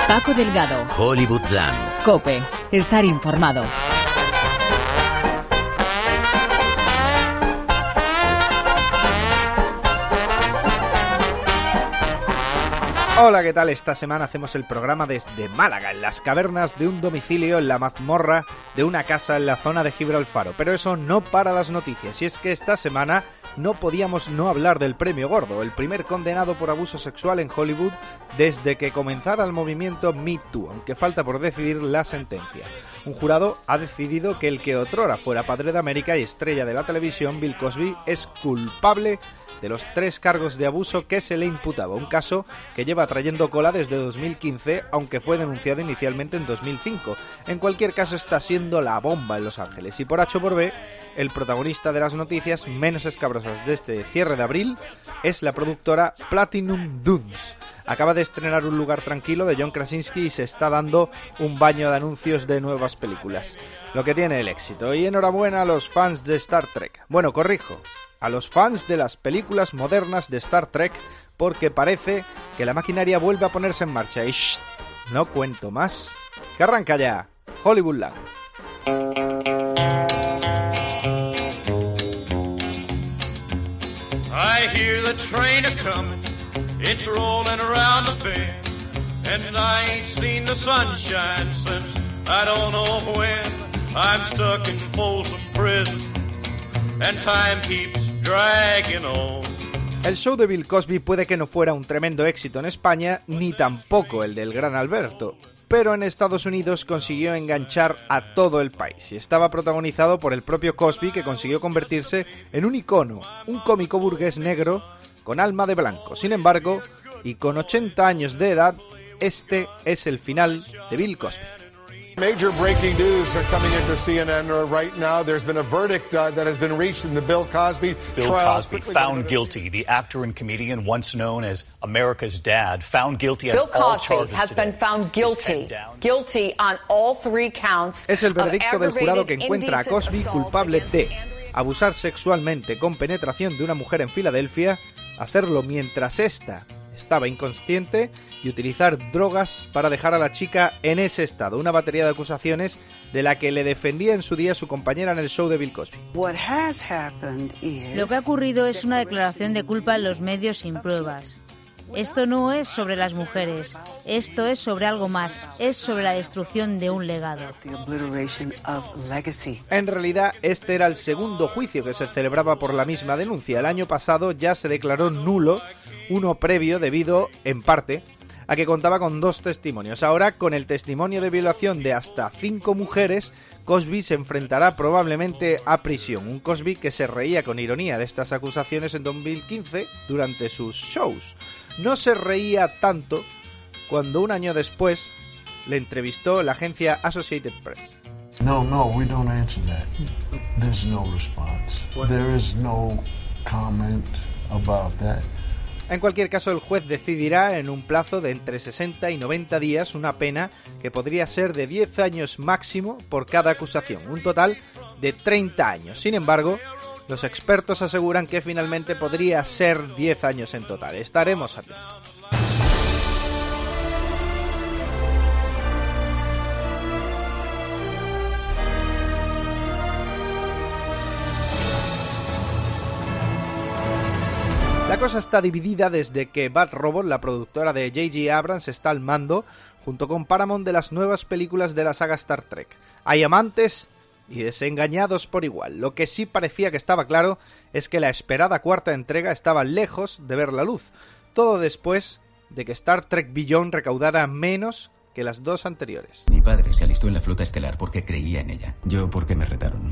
Paco Delgado. Hollywoodland. COPE. Estar informado. Hola, ¿qué tal? Esta semana hacemos el programa desde Málaga, en las cavernas de un domicilio en la mazmorra de una casa en la zona de Gibralfaro. Pero eso no para las noticias, y es que esta semana no podíamos no hablar del Premio Gordo, el primer condenado por abuso sexual en Hollywood desde que comenzara el movimiento Me Too, aunque falta por decidir la sentencia. Un jurado ha decidido que el que otrora fuera padre de América y estrella de la televisión, Bill Cosby, es culpable de los 3 cargos de abuso que se le imputaba, un caso que lleva trayendo cola desde 2015, aunque fue denunciado inicialmente en 2005. En cualquier caso, está siendo la bomba en Los Ángeles, y por H o por B, el protagonista de las noticias menos escabrosas de este cierre de abril es la productora Platinum Dunes. Acaba de estrenar Un lugar tranquilo de John Krasinski y se está dando un baño de anuncios de nuevas películas, lo que tiene el éxito. Y enhorabuena a los fans de Star Trek. Bueno, corrijo, a los fans de las películas modernas de Star Trek, porque parece que la maquinaria vuelve a ponerse en marcha. Y shh, no cuento más, que arranca ya Hollywoodland. I hear the train a-comin', it's rollin' around the bend, and I ain't seen the sunshine since I don't know when. I'm stuck in Folsom Prison, and time keeps dragging on. El show de Bill Cosby puede que no fuera un tremendo éxito en España, ni tampoco el del Gran Alberto, pero en Estados Unidos consiguió enganchar a todo el país, y estaba protagonizado por el propio Cosby, que consiguió convertirse en un icono, un cómico burgués negro con alma de blanco. Sin embargo, y con 80 años de edad, este es el final de Bill Cosby. Major breaking news are coming into CNN right now. There's been a verdict that has been reached in the Bill Cosby trial. Bill Cosby found guilty. The actor and comedian, once known as America's Dad, found guilty on all charges. Bill Cosby has been found guilty on all 3 counts. Es el veredicto del jurado que encuentra a Cosby culpable de abusar sexualmente con penetración de una mujer en Filadelfia, hacerlo mientras ésta estaba inconsciente y utilizar drogas para dejar a la chica en ese estado. Una batería de acusaciones de la que le defendía en su día su compañera en el show de Bill Cosby. Lo que ha ocurrido es una declaración de culpa en los medios sin pruebas. Esto no es sobre las mujeres, esto es sobre algo más, es sobre la destrucción de un legado. En realidad, este era el segundo juicio que se celebraba por la misma denuncia. El año pasado ya se declaró nulo uno previo debido, en parte, a que contaba con 2 testimonios. Ahora, con el testimonio de violación de hasta 5 mujeres, Cosby se enfrentará probablemente a prisión. Un Cosby que se reía con ironía de estas acusaciones en 2015 durante sus shows. No se reía tanto cuando un año después le entrevistó la agencia Associated Press. No, we don't answer that. There's no response. There is no comment about that. En cualquier caso, el juez decidirá en un plazo de entre 60 y 90 días una pena que podría ser de 10 años máximo por cada acusación, un total de 30 años. Sin embargo, los expertos aseguran que finalmente podría ser 10 años en total. Estaremos atentos. La cosa está dividida desde que Bad Robot, la productora de J.J. Abrams, está al mando, junto con Paramount, de las nuevas películas de la saga Star Trek. Hay amantes y desengañados por igual. Lo que sí parecía que estaba claro es que la esperada 4ª entrega estaba lejos de ver la luz. Todo después de que Star Trek Beyond recaudara menos que las 2 anteriores. Mi padre se alistó en la flota estelar porque creía en ella. Yo porque me retaron.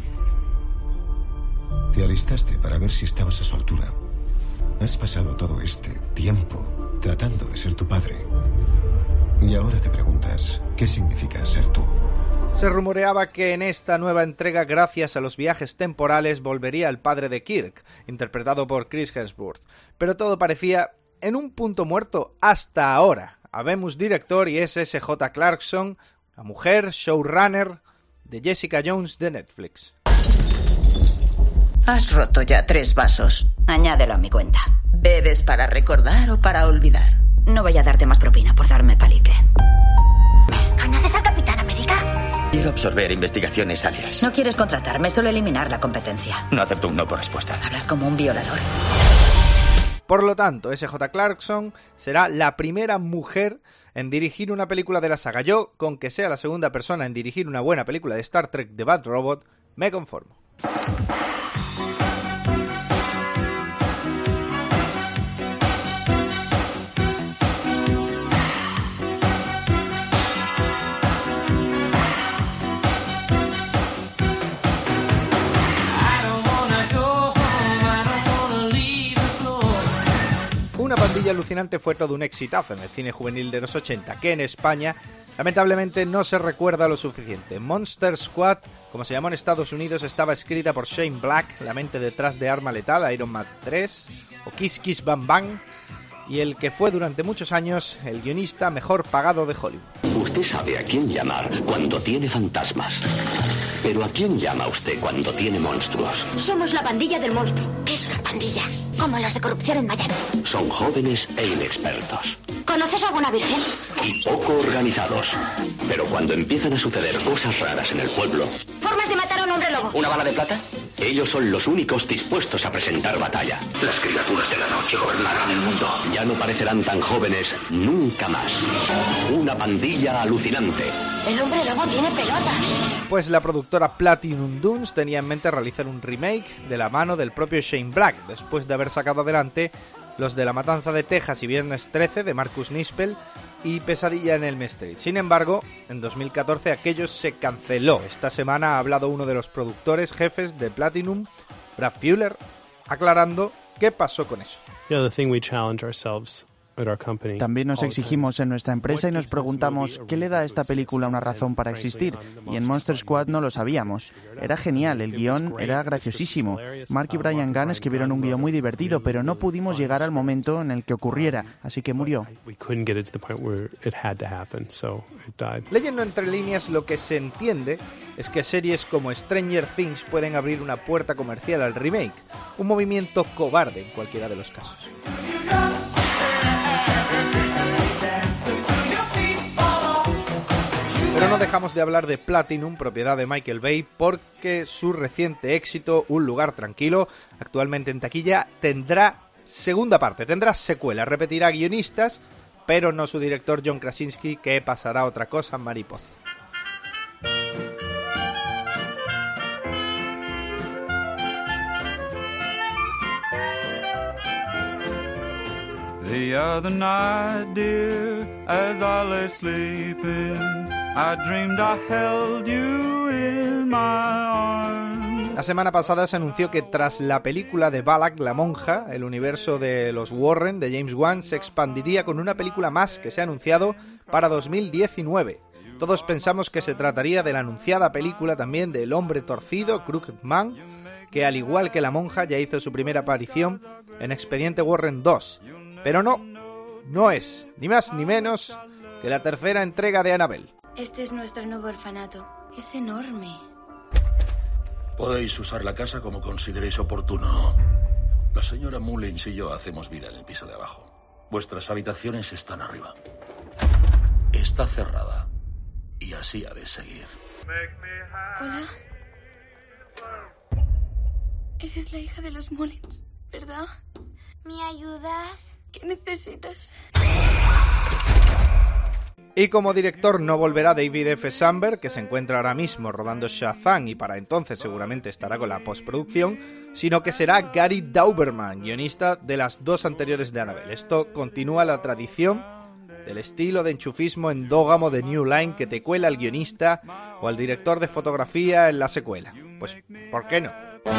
Te alistaste para ver si estabas a su altura. Has pasado todo este tiempo tratando de ser tu padre. Y ahora te preguntas, ¿qué significa ser tú? Se rumoreaba que en esta nueva entrega, gracias a los viajes temporales, volvería el padre de Kirk, interpretado por Chris Hemsworth. Pero todo parecía en un punto muerto hasta ahora. Habemos director y es S.J. Clarkson, la mujer showrunner de Jessica Jones de Netflix. Has roto ya 3 vasos. Añádelo a mi cuenta. ¿Bebes para recordar o para olvidar? No voy a darte más propina por darme palique. ¿Conoces al Capitán América? Quiero absorber investigaciones alias. No quieres contratarme, solo eliminar la competencia. No acepto un no por respuesta. Hablas como un violador. Por lo tanto, S.J. Clarkson será la primera mujer en dirigir una película de la saga. Yo, con que sea la segunda persona en dirigir una buena película de Star Trek The Bad Robot, me conformo. Una pandilla alucinante fue todo un exitazo en el cine juvenil de los 80, que en España lamentablemente no se recuerda lo suficiente. Monster Squad, como se llamó en Estados Unidos, estaba escrita por Shane Black, la mente detrás de Arma Letal, Iron Man 3 o Kiss Kiss Bang Bang, y el que fue durante muchos años el guionista mejor pagado de Hollywood. Usted sabe a quién llamar cuando tiene fantasmas. Pero ¿a quién llama usted cuando tiene monstruos? Somos la pandilla del monstruo. ¿Qué es una pandilla? Como los de corrupción en Miami. Son jóvenes e inexpertos. ¿Conoces alguna virgen? Y poco organizados. Pero cuando empiezan a suceder cosas raras en el pueblo... Formas de matar a un hombre lobo. ¿Una bala de plata? Ellos son los únicos dispuestos a presentar batalla. Las criaturas de la noche gobernarán el mundo. Ya no parecerán tan jóvenes nunca más. Una pandilla alucinante. El hombre lobo tiene pelota. Pues la productora Platinum Dunes tenía en mente realizar un remake de la mano del propio Shane Black, después de haber sacado adelante los de La Matanza de Texas y Viernes 13 de Marcus Nispel y Pesadilla en Elm Street. Sin embargo, en 2014 aquello se canceló. Esta semana ha hablado uno de los productores jefes de Platinum, Brad Fuller, aclarando qué pasó con eso. También nos exigimos en nuestra empresa y nos preguntamos qué le da a esta película una razón para existir. Y en Monster Squad no lo sabíamos. Era genial, el guión era graciosísimo. Mark y Brian Gunn escribieron un guión muy divertido, pero no pudimos llegar al momento en el que ocurriera, así que murió. Leyendo entre líneas, lo que se entiende es que series como Stranger Things pueden abrir una puerta comercial al remake, un movimiento cobarde en cualquiera de los casos. Pero no dejamos de hablar de Platinum, propiedad de Michael Bay, porque su reciente éxito, Un lugar tranquilo, actualmente en taquilla, tendrá segunda parte, tendrá secuela, repetirá guionistas, pero no su director John Krasinski, que pasará otra cosa en Mariposa. The other night, dear, as I lay sleeping, I dreamed I held you in my arms. La semana pasada se anunció que tras la película de Balak, la monja, el universo de los Warren de James Wan se expandiría con una película más que se ha anunciado para 2019. Todos pensamos que se trataría de la anunciada película también del hombre torcido, Crooked Man, que al igual que la monja ya hizo su primera aparición en Expediente Warren 2. Pero no es, ni más ni menos, que la tercera entrega de Annabelle. Este es nuestro nuevo orfanato. Es enorme. Podéis usar la casa como consideréis oportuno. La señora Mullins y yo hacemos vida en el piso de abajo. Vuestras habitaciones están arriba. Está cerrada. Y así ha de seguir. Hola. Eres la hija de los Mullins, ¿verdad? ¿Me ayudas? ¿Qué necesitas? Y como director no volverá David F. Sandberg, que se encuentra ahora mismo rodando Shazam y para entonces seguramente estará con la postproducción, sino que será Gary Dauberman, guionista de las dos anteriores de Annabelle. Esto continúa la tradición del estilo de enchufismo endógamo de New Line que te cuela al guionista o al director de fotografía en la secuela. Pues, ¿por qué no?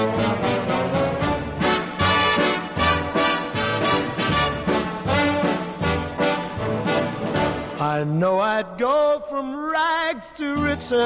I know I'd go from rags to riches.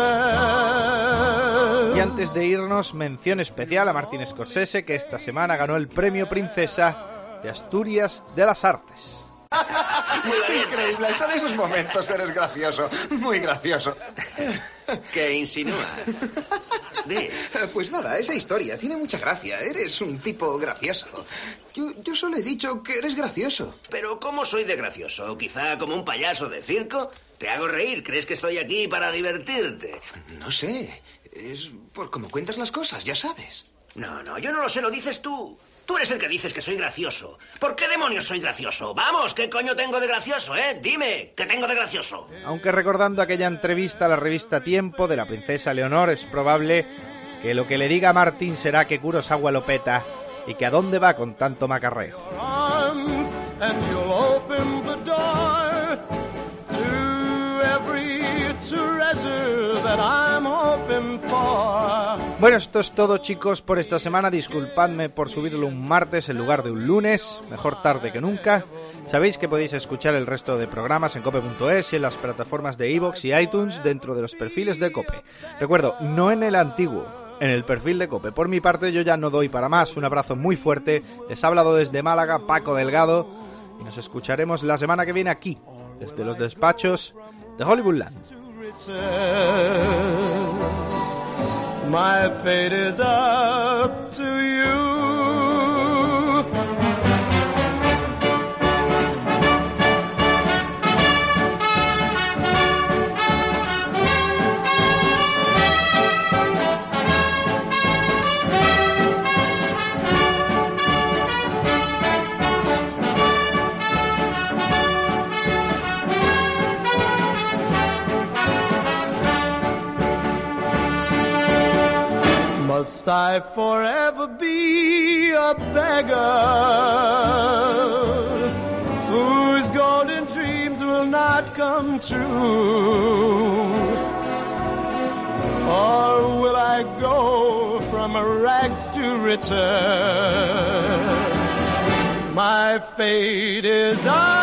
Y antes de irnos, mención especial a Martin Scorsese, que esta semana ganó el premio Princesa de Asturias de las Artes. Increíble, hasta en esos momentos eres gracioso, muy gracioso. ¿Qué insinúas? Pues nada, esa historia tiene mucha gracia. Eres un tipo gracioso. Yo solo he dicho que eres gracioso. Pero ¿cómo soy de gracioso? ¿Quizá como un payaso de circo? ¿Te hago reír? ¿Crees que estoy aquí para divertirte? No sé. Es por cómo cuentas las cosas, ya sabes. No, yo no lo sé, lo dices tú. Tú eres el que dices que soy gracioso. ¿Por qué demonios soy gracioso? Vamos, ¿qué coño tengo de gracioso, Dime, ¿qué tengo de gracioso? Aunque recordando aquella entrevista a la revista Tiempo de la princesa Leonor, es probable que lo que le diga a Martin será que Kurosawa lo peta y que a dónde va con tanto macarreo. Bueno, esto es todo, chicos, por esta semana. Disculpadme por subirlo un martes en lugar de un lunes, mejor tarde que nunca. Sabéis que podéis escuchar el resto de programas en cope.es y en las plataformas de iVoox y iTunes dentro de los perfiles de Cope. Recuerdo, no en el antiguo, en el perfil de Cope. Por mi parte, yo ya no doy para más. Un abrazo muy fuerte. Les ha hablado desde Málaga Paco Delgado y nos escucharemos la semana que viene aquí, desde los despachos de Hollywoodland. My fate is up to you. Must I forever be a beggar whose golden dreams will not come true? Or will I go from rags to riches? My fate is